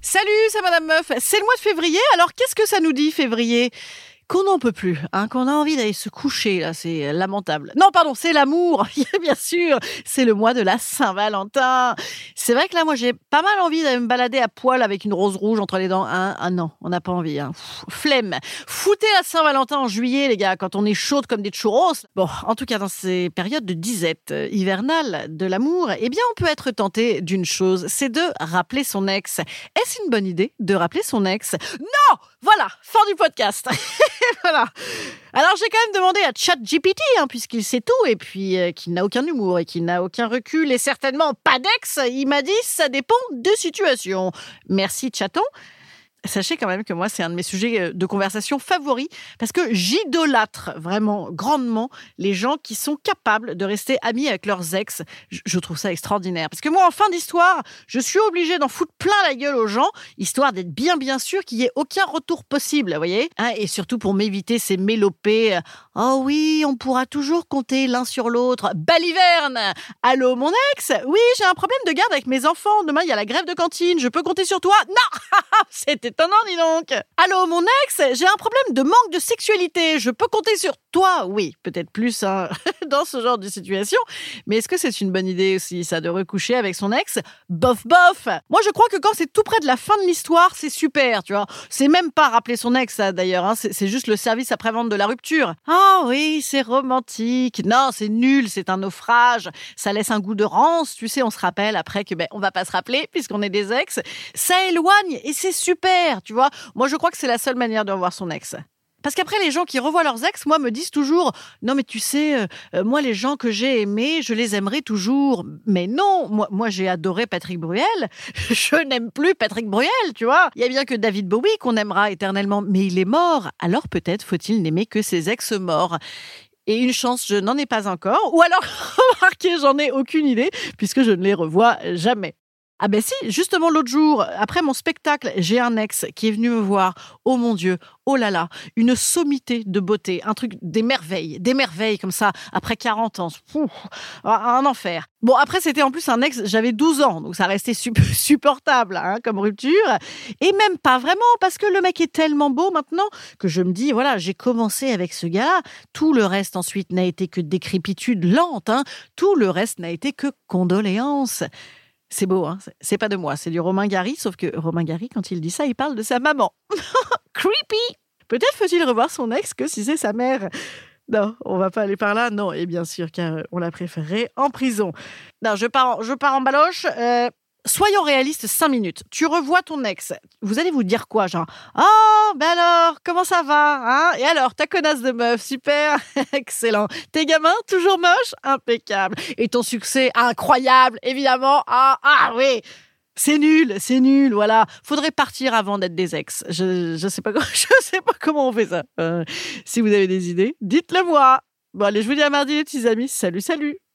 Salut, c'est Madame Meuf. C'est le mois de février, alors qu'est-ce que ça nous dit, février ? Qu'on n'en peut plus, qu'on a envie d'aller se coucher, là, c'est lamentable. Non, pardon, c'est l'amour, bien sûr, c'est le mois de la Saint-Valentin. C'est vrai que là, moi, j'ai pas mal envie d'aller me balader à poil avec une rose rouge entre les dents. Ah non, on n'a pas envie. Flemme. Foutez la Saint-Valentin en juillet, les gars, quand on est chaude comme des churros. Bon, en tout cas, dans ces périodes de disette hivernale de l'amour, eh bien, on peut être tenté d'une chose, c'est de rappeler son ex. Est-ce une bonne idée de rappeler son ex ? Non ! Voilà, fin du podcast. Voilà. Alors j'ai quand même demandé à ChatGPT, puisqu'il sait tout et puis qu'il n'a aucun humour et qu'il n'a aucun recul et certainement pas d'ex. Il m'a dit ça dépend des situations. Merci chaton. Sachez quand même que moi, c'est un de mes sujets de conversation favoris parce que j'idolâtre vraiment grandement les gens qui sont capables de rester amis avec leurs ex. Je trouve ça extraordinaire. Parce que moi, en fin d'histoire, je suis obligée d'en foutre plein la gueule aux gens, histoire d'être bien sûr qu'il n'y ait aucun retour possible, vous voyez ? Et surtout pour m'éviter ces mélopées. Oh oui, on pourra toujours compter l'un sur l'autre. Baliverne ! Allô, mon ex ? Oui, j'ai un problème de garde avec mes enfants. Demain, il y a la grève de cantine. Je peux compter sur toi ? Non ! C'était étonnant, dis donc. Allô, mon ex, j'ai un problème de manque de sexualité. Je peux compter sur toi ? Oui, peut-être plus dans ce genre de situation. Mais est-ce que c'est une bonne idée aussi, ça, de recoucher avec son ex ? Bof. Moi, je crois que quand c'est tout près de la fin de l'histoire, c'est super, tu vois. C'est même pas rappeler son ex, ça, d'ailleurs. C'est juste le service après-vente de la rupture. Ah oui, c'est romantique. Non, c'est nul, c'est un naufrage. Ça laisse un goût de rance. Tu sais, on se rappelle après que on va pas se rappeler puisqu'on est des ex. Ça éloigne et c'est super, tu vois. Moi, je crois que c'est la seule manière de revoir son ex. Parce qu'après, les gens qui revoient leurs ex, moi, me disent toujours « Non, mais tu sais, moi, les gens que j'ai aimés, je les aimerai toujours. » Mais non, moi j'ai adoré Patrick Bruel. Je n'aime plus Patrick Bruel, tu vois. Il y a bien que David Bowie qu'on aimera éternellement, mais il est mort. Alors peut-être faut-il n'aimer que ses ex morts. Et une chance, je n'en ai pas encore. Ou alors, remarquez, j'en ai aucune idée, puisque je ne les revois jamais. Ah ben si, justement l'autre jour, après mon spectacle, j'ai un ex qui est venu me voir. Oh mon Dieu, oh là là, une sommité de beauté, un truc, des merveilles comme ça, après 40 ans. Un enfer. Bon, après, c'était en plus un ex, j'avais 12 ans, donc ça restait supportable comme rupture. Et même pas vraiment, parce que le mec est tellement beau maintenant que je me dis, voilà, j'ai commencé avec ce gars, tout le reste ensuite n'a été que décrépitude lente, tout le reste n'a été que condoléances. C'est beau, c'est pas de moi, c'est du Romain Gary, sauf que Romain Gary, quand il dit ça, il parle de sa maman. Creepy. Peut-être faut-il revoir son ex que si c'est sa mère. Non, on va pas aller par là, non, et bien sûr qu'on la préférerait en prison. Non, je pars en baloche. Soyons réalistes 5 minutes. Tu revois ton ex. Vous allez vous dire quoi, genre « Oh, ben alors, comment ça va Et alors, ta connasse de meuf, super, excellent. Tes gamins, toujours moches, impeccable. Et ton succès, incroyable, évidemment. Ah oui, c'est nul, voilà. Faudrait partir avant d'être des ex. Je sais pas comment on fait ça. Si vous avez des idées, dites-le moi. Bon, allez, je vous dis à mardi, les petits amis. Salut.